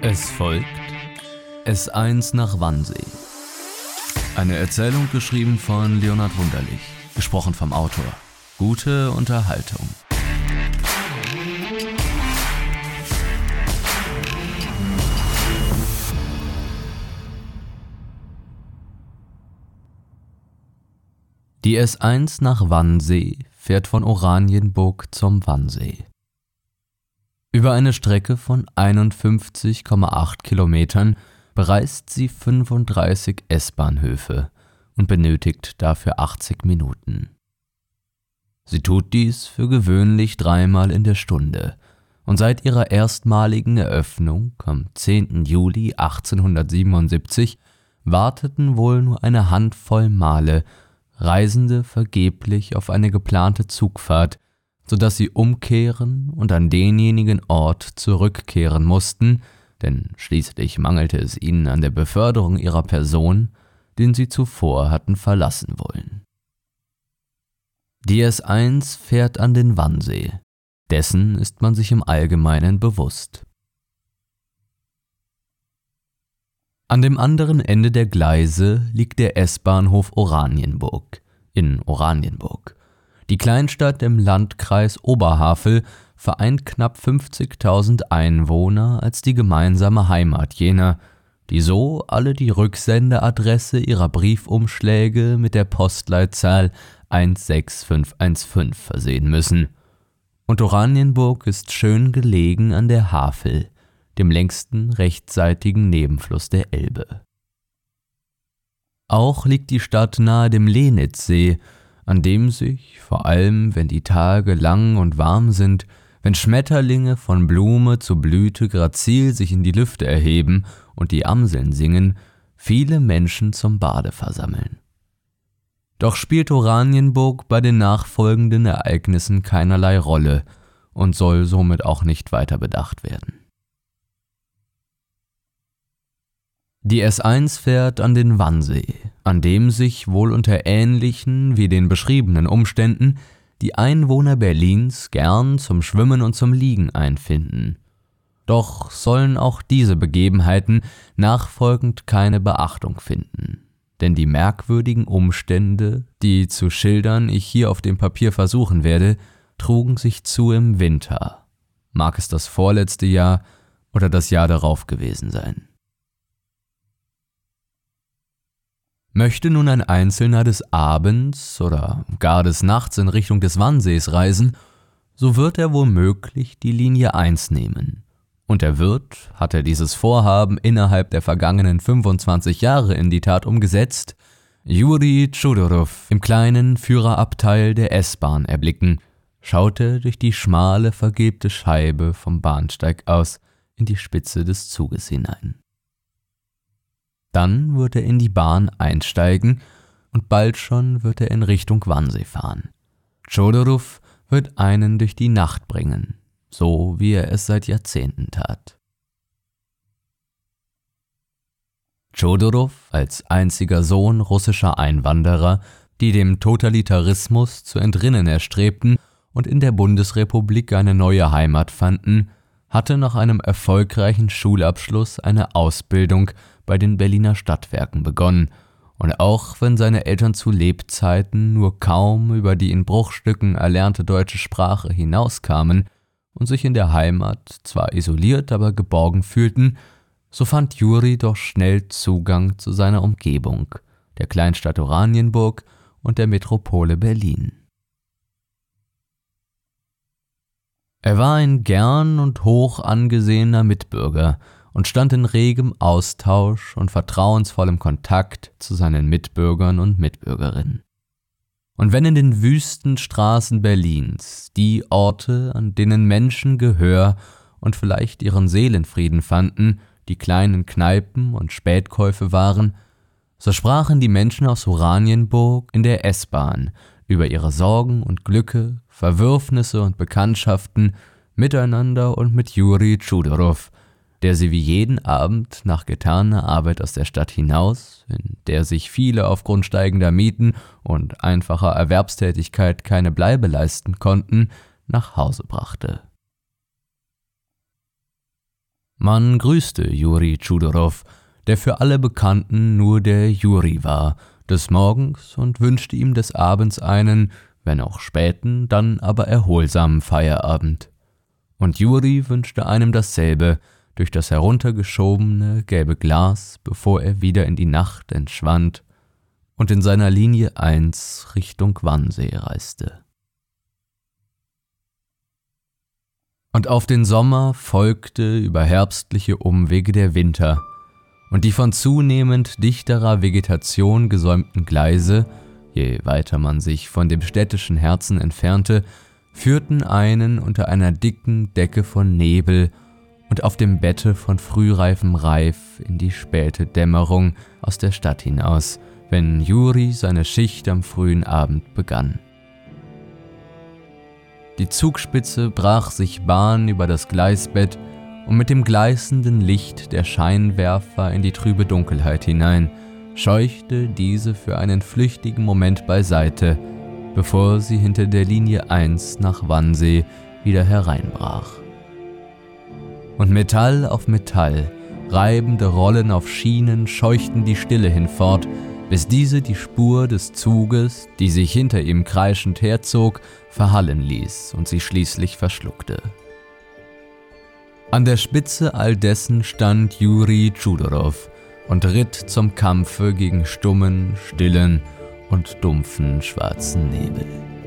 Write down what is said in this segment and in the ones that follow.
Es folgt S1 nach Wannsee. Eine Erzählung geschrieben von Leonhard Wunderlich, gesprochen vom Autor. Gute Unterhaltung. Die S1 nach Wannsee fährt von Oranienburg zum Wannsee. Über eine Strecke von 51,8 Kilometern bereist sie 35 S-Bahnhöfe und benötigt dafür 80 Minuten. Sie tut dies für gewöhnlich 3-mal in der Stunde und seit ihrer erstmaligen Eröffnung am 10. Juli 1877 warteten wohl nur eine Handvoll Male Reisende vergeblich auf eine geplante Zugfahrt, sodass sie umkehren und an denjenigen Ort zurückkehren mussten, denn schließlich mangelte es ihnen an der Beförderung ihrer Person, den sie zuvor hatten verlassen wollen. Die S1 fährt an den Wannsee, dessen ist man sich im Allgemeinen bewusst. An dem anderen Ende der Gleise liegt der S-Bahnhof Oranienburg in Oranienburg. Die Kleinstadt im Landkreis Oberhavel vereint knapp 50.000 Einwohner als die gemeinsame Heimat jener, die so alle die Rücksendeadresse ihrer Briefumschläge mit der Postleitzahl 16515 versehen müssen. Und Oranienburg ist schön gelegen an der Havel, dem längsten rechtsseitigen Nebenfluss der Elbe. Auch liegt die Stadt nahe dem Lenitzsee, an dem sich, vor allem wenn die Tage lang und warm sind, wenn Schmetterlinge von Blume zu Blüte grazil sich in die Lüfte erheben und die Amseln singen, viele Menschen zum Bade versammeln. Doch spielt Oranienburg bei den nachfolgenden Ereignissen keinerlei Rolle und soll somit auch nicht weiter bedacht werden. Die S1 fährt an den Wannsee, an dem sich wohl unter ähnlichen wie den beschriebenen Umständen die Einwohner Berlins gern zum Schwimmen und zum Liegen einfinden. Doch sollen auch diese Begebenheiten nachfolgend keine Beachtung finden. Denn die merkwürdigen Umstände, die zu schildern ich hier auf dem Papier versuchen werde, trugen sich zu im Winter. Mag es das vorletzte Jahr oder das Jahr darauf gewesen sein. Möchte nun ein Einzelner des Abends oder gar des Nachts in Richtung des Wannsees reisen, so wird er womöglich die Linie 1 nehmen. Und er wird, hat er dieses Vorhaben innerhalb der vergangenen 25 Jahre in die Tat umgesetzt, Juri Tschudorow im kleinen Führerabteil der S-Bahn erblicken, schaute durch die schmale, vergilbte Scheibe vom Bahnsteig aus in die Spitze des Zuges hinein. Dann wird er in die Bahn einsteigen und bald schon wird er in Richtung Wannsee fahren. Tschudorow wird einen durch die Nacht bringen, so wie er es seit Jahrzehnten tat. Tschudorow, als einziger Sohn russischer Einwanderer, die dem Totalitarismus zu entrinnen erstrebten und in der Bundesrepublik eine neue Heimat fanden, hatte nach einem erfolgreichen Schulabschluss eine Ausbildung bei den Berliner Stadtwerken begonnen, und auch wenn seine Eltern zu Lebzeiten nur kaum über die in Bruchstücken erlernte deutsche Sprache hinauskamen und sich in der Heimat zwar isoliert, aber geborgen fühlten, so fand Juri doch schnell Zugang zu seiner Umgebung, der Kleinstadt Oranienburg und der Metropole Berlin. Er war ein gern und hoch angesehener Mitbürger und stand in regem Austausch und vertrauensvollem Kontakt zu seinen Mitbürgern und Mitbürgerinnen. Und wenn in den wüsten Straßen Berlins die Orte, an denen Menschen Gehör und vielleicht ihren Seelenfrieden fanden, die kleinen Kneipen und Spätkäufe waren, so sprachen die Menschen aus Oranienburg in der S-Bahn über ihre Sorgen und Glücke, Verwürfnisse und Bekanntschaften miteinander und mit Juri Tschudorow, der sie wie jeden Abend nach getaner Arbeit aus der Stadt hinaus, in der sich viele aufgrund steigender Mieten und einfacher Erwerbstätigkeit keine Bleibe leisten konnten, nach Hause brachte. Man grüßte Juri Tschudorow, der für alle Bekannten nur der Juri war, des Morgens, und wünschte ihm des Abends einen, wenn auch späten, dann aber erholsamen Feierabend. Und Juri wünschte einem dasselbe durch das heruntergeschobene gelbe Glas, bevor er wieder in die Nacht entschwand und in seiner Linie 1 Richtung Wannsee reiste. Und auf den Sommer folgte über herbstliche Umwege der Winter, und die von zunehmend dichterer Vegetation gesäumten Gleise, je weiter man sich von dem städtischen Herzen entfernte, führten einen unter einer dicken Decke von Nebel und auf dem Bette von frühreifem Reif in die späte Dämmerung aus der Stadt hinaus, wenn Juri seine Schicht am frühen Abend begann. Die Zugspitze brach sich Bahn über das Gleisbett, und mit dem gleißenden Licht der Scheinwerfer in die trübe Dunkelheit hinein scheuchte diese für einen flüchtigen Moment beiseite, bevor sie hinter der Linie 1 nach Wannsee wieder hereinbrach. Und Metall auf Metall, reibende Rollen auf Schienen scheuchten die Stille hinfort, bis diese die Spur des Zuges, die sich hinter ihm kreischend herzog, verhallen ließ und sie schließlich verschluckte. An der Spitze all dessen stand Juri Tschudorow und ritt zum Kampfe gegen stummen, stillen und dumpfen schwarzen Nebel.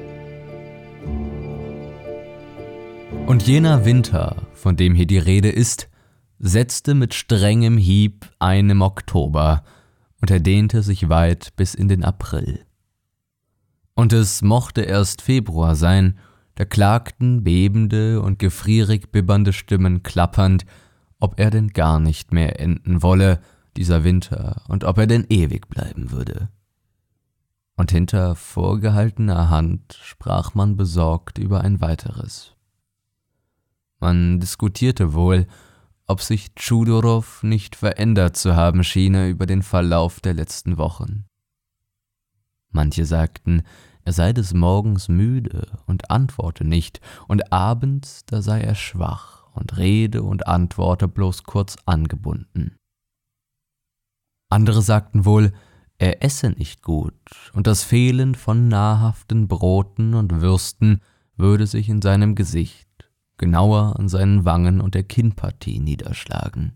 Und jener Winter, von dem hier die Rede ist, setzte mit strengem Hieb ein im Oktober und erdehnte sich weit bis in den April. Und es mochte erst Februar sein, da klagten bebende und gefrierig bibbernde Stimmen klappernd, ob er denn gar nicht mehr enden wolle, dieser Winter, und ob er denn ewig bleiben würde. Und hinter vorgehaltener Hand sprach man besorgt über ein weiteres. Man diskutierte wohl, ob sich Tschudorow nicht verändert zu haben schiene über den Verlauf der letzten Wochen. Manche sagten, er sei des Morgens müde und antworte nicht, und abends, da sei er schwach und rede und antworte bloß kurz angebunden. Andere sagten wohl, er esse nicht gut, und das Fehlen von nahrhaften Broten und Würsten würde sich in seinem Gesicht, genauer an seinen Wangen und der Kinnpartie niederschlagen.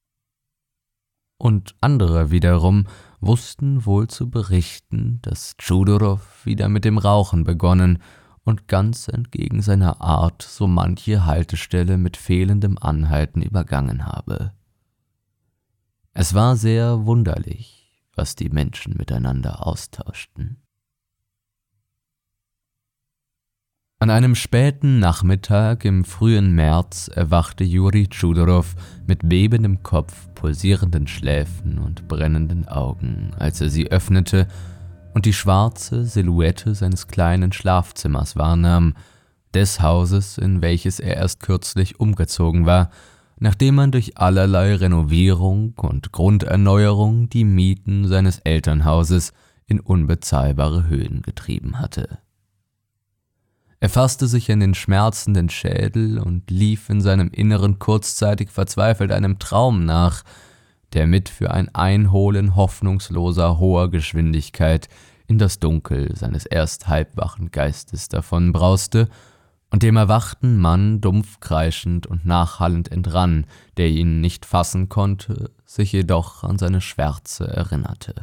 Und andere wiederum wussten wohl zu berichten, dass Tschudorow wieder mit dem Rauchen begonnen und ganz entgegen seiner Art so manche Haltestelle mit fehlendem Anhalten übergangen habe. Es war sehr wunderlich, was die Menschen miteinander austauschten. An einem späten Nachmittag im frühen März erwachte Juri Tschudorow mit bebendem Kopf, pulsierenden Schläfen und brennenden Augen, als er sie öffnete und die schwarze Silhouette seines kleinen Schlafzimmers wahrnahm, des Hauses, in welches er erst kürzlich umgezogen war, nachdem man durch allerlei Renovierung und Grunderneuerung die Mieten seines Elternhauses in unbezahlbare Höhen getrieben hatte. Er fasste sich an den schmerzenden Schädel und lief in seinem Inneren kurzzeitig verzweifelt einem Traum nach, der mit für ein Einholen hoffnungsloser hoher Geschwindigkeit in das Dunkel seines erst halbwachen Geistes davonbrauste und dem erwachten Mann dumpf kreischend und nachhallend entrann, der ihn nicht fassen konnte, sich jedoch an seine Schwärze erinnerte.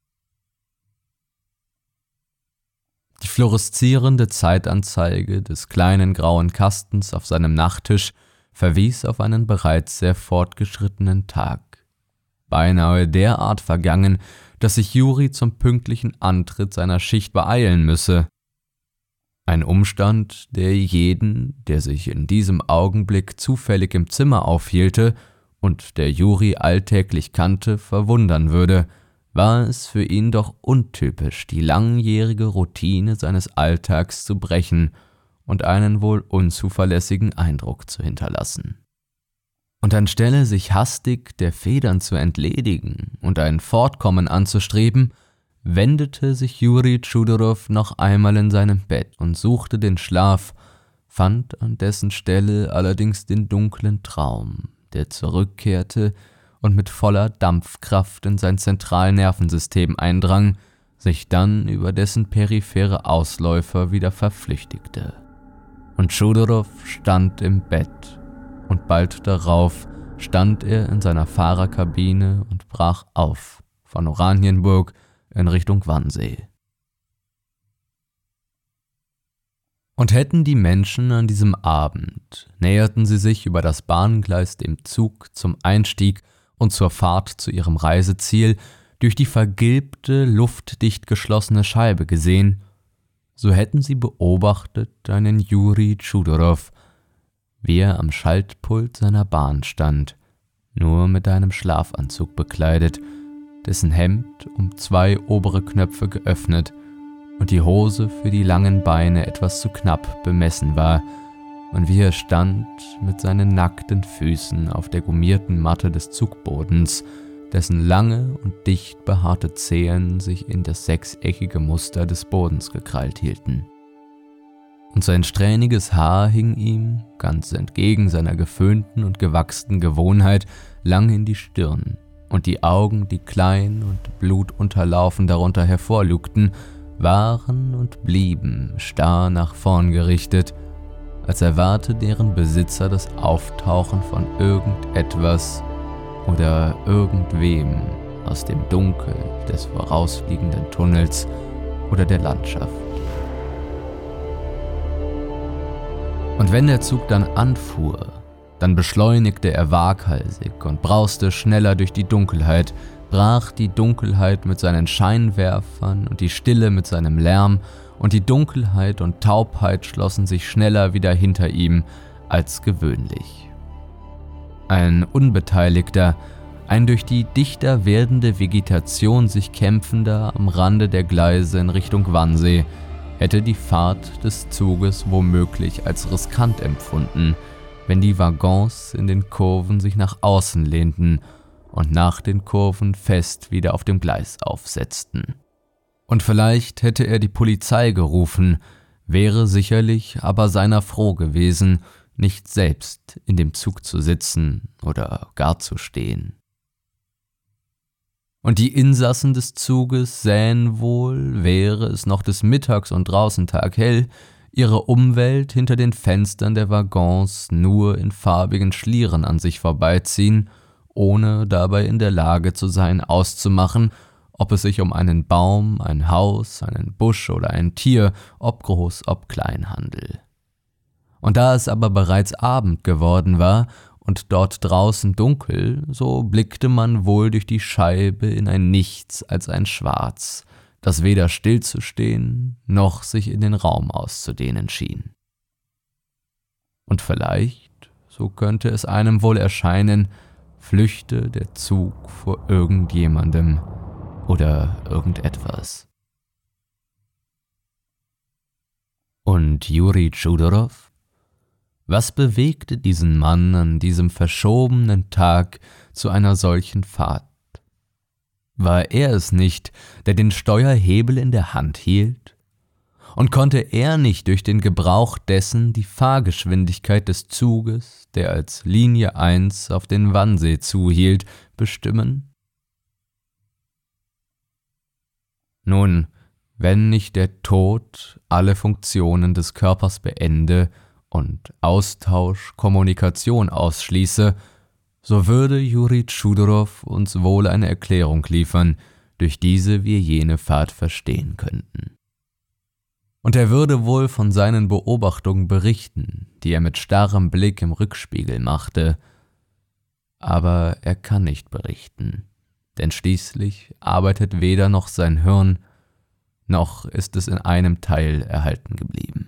Die fluoreszierende Zeitanzeige des kleinen grauen Kastens auf seinem Nachttisch verwies auf einen bereits sehr fortgeschrittenen Tag. Beinahe derart vergangen, dass sich Juri zum pünktlichen Antritt seiner Schicht beeilen müsse. Ein Umstand, der jeden, der sich in diesem Augenblick zufällig im Zimmer aufhielte und der Juri alltäglich kannte, verwundern würde, war es für ihn doch untypisch, die langjährige Routine seines Alltags zu brechen und einen wohl unzuverlässigen Eindruck zu hinterlassen. Und anstelle sich hastig der Federn zu entledigen und ein Fortkommen anzustreben, wendete sich Juri Tschudorow noch einmal in seinem Bett und suchte den Schlaf, fand an dessen Stelle allerdings den dunklen Traum, der zurückkehrte und mit voller Dampfkraft in sein Zentralnervensystem eindrang, sich dann über dessen periphere Ausläufer wieder verflüchtigte. Und Tschudorow stand im Bett, und bald darauf stand er in seiner Fahrerkabine und brach auf von Oranienburg in Richtung Wannsee. Und hätten die Menschen an diesem Abend, näherten sie sich über das Bahngleis dem Zug zum Einstieg und zur Fahrt zu ihrem Reiseziel, durch die vergilbte, luftdicht geschlossene Scheibe gesehen, so hätten sie beobachtet einen Juri Tschudorow, wie er am Schaltpult seiner Bahn stand, nur mit einem Schlafanzug bekleidet, dessen Hemd um 2 obere Knöpfe geöffnet und die Hose für die langen Beine etwas zu knapp bemessen war, und wie er stand mit seinen nackten Füßen auf der gummierten Matte des Zugbodens, dessen lange und dicht behaarte Zehen sich in das sechseckige Muster des Bodens gekrallt hielten. Und sein strähniges Haar hing ihm, ganz entgegen seiner geföhnten und gewachsenen Gewohnheit, lang in die Stirn, und die Augen, die klein und blutunterlaufen darunter hervorlugten, waren und blieben starr nach vorn gerichtet, als erwarte deren Besitzer das Auftauchen von irgendetwas oder irgendwem aus dem Dunkel des vorausfliegenden Tunnels oder der Landschaft. Und wenn der Zug dann anfuhr, dann beschleunigte er waghalsig und brauste schneller durch die Dunkelheit, brach die Dunkelheit mit seinen Scheinwerfern und die Stille mit seinem Lärm, und die Dunkelheit und Taubheit schlossen sich schneller wieder hinter ihm als gewöhnlich. Ein Unbeteiligter, ein durch die dichter werdende Vegetation sich kämpfender am Rande der Gleise in Richtung Wannsee, hätte die Fahrt des Zuges womöglich als riskant empfunden, wenn die Waggons in den Kurven sich nach außen lehnten und nach den Kurven fest wieder auf dem Gleis aufsetzten. Und vielleicht hätte er die Polizei gerufen, wäre sicherlich aber seiner froh gewesen, nicht selbst in dem Zug zu sitzen oder gar zu stehen. Und die Insassen des Zuges sähen wohl, wäre es noch des Mittags und draußen taghell, ihre Umwelt hinter den Fenstern der Waggons nur in farbigen Schlieren an sich vorbeiziehen, ohne dabei in der Lage zu sein, auszumachen, ob es sich um einen Baum, ein Haus, einen Busch oder ein Tier, ob groß, ob klein handelt. Und da es aber bereits Abend geworden war und dort draußen dunkel, so blickte man wohl durch die Scheibe in ein Nichts als ein Schwarz, das weder stillzustehen noch sich in den Raum auszudehnen schien. Und vielleicht, so könnte es einem wohl erscheinen, flüchte der Zug vor irgendjemandem oder irgendetwas. Und Juri Tschudorow? Was bewegte diesen Mann an diesem verschobenen Tag zu einer solchen Fahrt? War er es nicht, der den Steuerhebel in der Hand hielt? Und konnte er nicht durch den Gebrauch dessen die Fahrgeschwindigkeit des Zuges, der als Linie 1 auf den Wannsee zuhielt, bestimmen? Nun, wenn nicht der Tod alle Funktionen des Körpers beende und Austausch, Kommunikation ausschließe, so würde Juri Tschudorow uns wohl eine Erklärung liefern, durch diese wir jene Fahrt verstehen könnten. Und er würde wohl von seinen Beobachtungen berichten, die er mit starrem Blick im Rückspiegel machte. Aber er kann nicht berichten, denn schließlich arbeitet weder noch sein Hirn, noch ist es in einem Teil erhalten geblieben.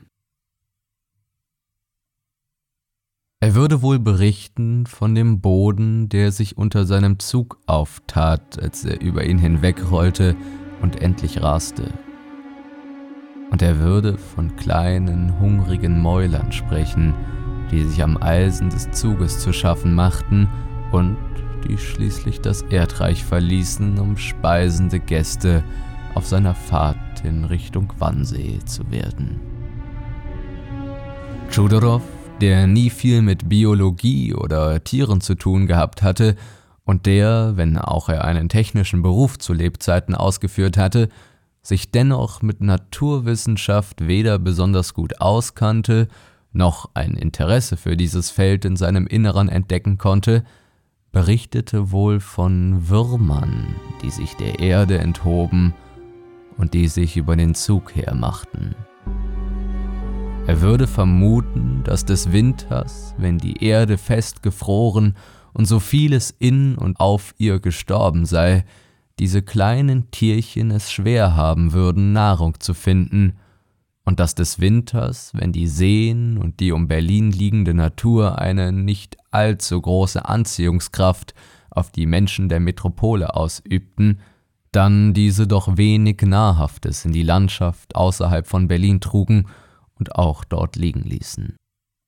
Er würde wohl berichten von dem Boden, der sich unter seinem Zug auftat, als er über ihn hinwegrollte und endlich raste. Und er würde von kleinen, hungrigen Mäulern sprechen, die sich am Eisen des Zuges zu schaffen machten und die schließlich das Erdreich verließen, um speisende Gäste auf seiner Fahrt in Richtung Wannsee zu werden. Tschudorow der nie viel mit Biologie oder Tieren zu tun gehabt hatte und der, wenn auch er einen technischen Beruf zu Lebzeiten ausgeführt hatte, sich dennoch mit Naturwissenschaft weder besonders gut auskannte, noch ein Interesse für dieses Feld in seinem Inneren entdecken konnte, berichtete wohl von Würmern, die sich der Erde enthoben und die sich über den Zug hermachten. Er würde vermuten, dass des Winters, wenn die Erde festgefroren und so vieles in und auf ihr gestorben sei, diese kleinen Tierchen es schwer haben würden, Nahrung zu finden, und dass des Winters, wenn die Seen und die um Berlin liegende Natur eine nicht allzu große Anziehungskraft auf die Menschen der Metropole ausübten, dann diese doch wenig Nahrhaftes in die Landschaft außerhalb von Berlin trugen und auch dort liegen ließen.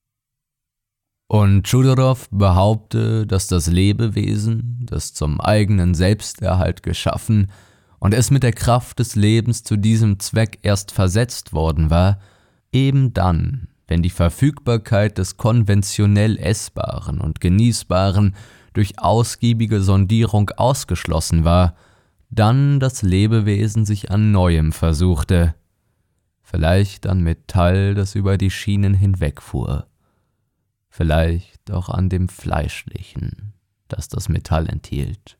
Und Tschudorow behaupte, dass das Lebewesen, das zum eigenen Selbsterhalt geschaffen und es mit der Kraft des Lebens zu diesem Zweck erst versetzt worden war, eben dann, wenn die Verfügbarkeit des konventionell Essbaren und Genießbaren durch ausgiebige Sondierung ausgeschlossen war, dann das Lebewesen sich an Neuem versuchte, vielleicht an Metall, das über die Schienen hinwegfuhr, vielleicht auch an dem Fleischlichen, das das Metall enthielt.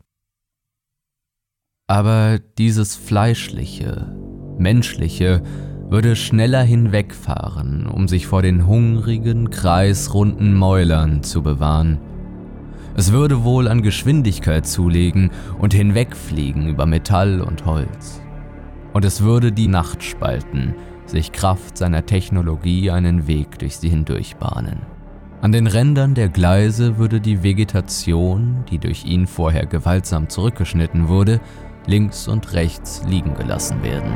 Aber dieses Fleischliche, Menschliche würde schneller hinwegfahren, um sich vor den hungrigen, kreisrunden Mäulern zu bewahren. Es würde wohl an Geschwindigkeit zulegen und hinwegfliegen über Metall und Holz. Und es würde die Nacht spalten, sich Kraft seiner Technologie einen Weg durch sie hindurch bahnen. An den Rändern der Gleise würde die Vegetation, die durch ihn vorher gewaltsam zurückgeschnitten wurde, links und rechts liegen gelassen werden.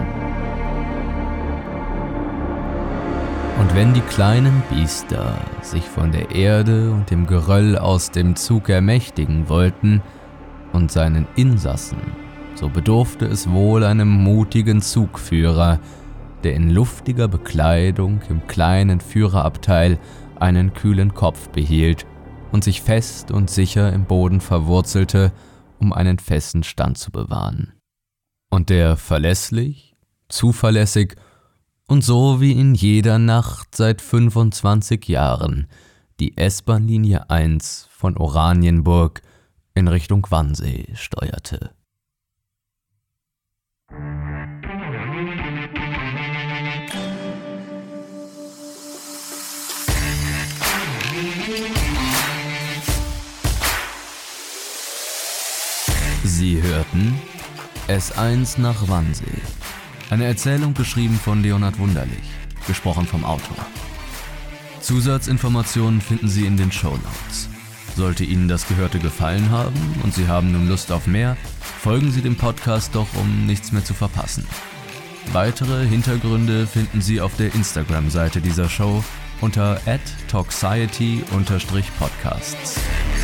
Und wenn die kleinen Biester sich von der Erde und dem Geröll aus dem Zug ermächtigen wollten und seinen Insassen, so bedurfte es wohl einem mutigen Zugführer, der in luftiger Bekleidung im kleinen Führerabteil einen kühlen Kopf behielt und sich fest und sicher im Boden verwurzelte, um einen festen Stand zu bewahren. Und der verlässlich, zuverlässig und so wie in jeder Nacht seit 25 Jahren die S-Bahn-Linie 1 von Oranienburg in Richtung Wannsee steuerte. Sie hörten S1 nach Wannsee. Eine Erzählung geschrieben von Leonhard Wunderlich, gesprochen vom Autor. Zusatzinformationen finden Sie in den Shownotes. Sollte Ihnen das Gehörte gefallen haben und Sie haben nun Lust auf mehr, folgen Sie dem Podcast doch, um nichts mehr zu verpassen. Weitere Hintergründe finden Sie auf der Instagram-Seite dieser Show unter @talksiety_podcasts.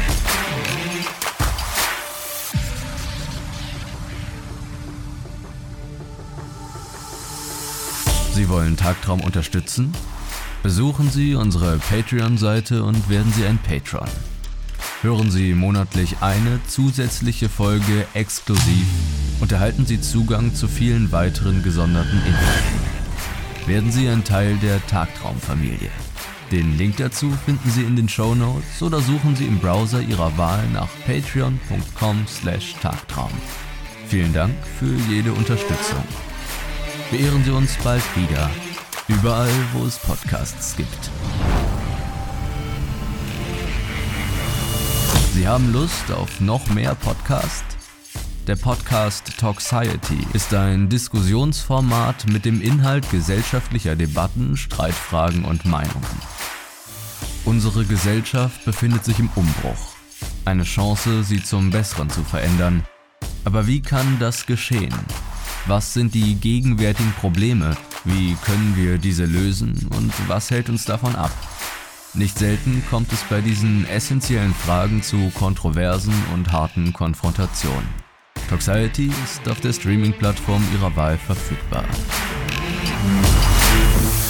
Sie wollen Tagtraum unterstützen? Besuchen Sie unsere Patreon-Seite und werden Sie ein Patron. Hören Sie monatlich eine zusätzliche Folge exklusiv und erhalten Sie Zugang zu vielen weiteren gesonderten Inhalten. Werden Sie ein Teil der Tagtraum-Familie. Den Link dazu finden Sie in den Shownotes oder suchen Sie im Browser Ihrer Wahl nach patreon.com/Tagtraum. Vielen Dank für jede Unterstützung. Beehren Sie uns bald wieder, überall wo es Podcasts gibt. Sie haben Lust auf noch mehr Podcast? Der Podcast Talksiety ist ein Diskussionsformat mit dem Inhalt gesellschaftlicher Debatten, Streitfragen und Meinungen. Unsere Gesellschaft befindet sich im Umbruch. Eine Chance, sie zum Besseren zu verändern. Aber wie kann das geschehen? Was sind die gegenwärtigen Probleme? Wie können wir diese lösen? Und was hält uns davon ab? Nicht selten kommt es bei diesen essentiellen Fragen zu kontroversen und harten Konfrontationen. Talksiety ist auf der Streaming-Plattform Ihrer Wahl verfügbar.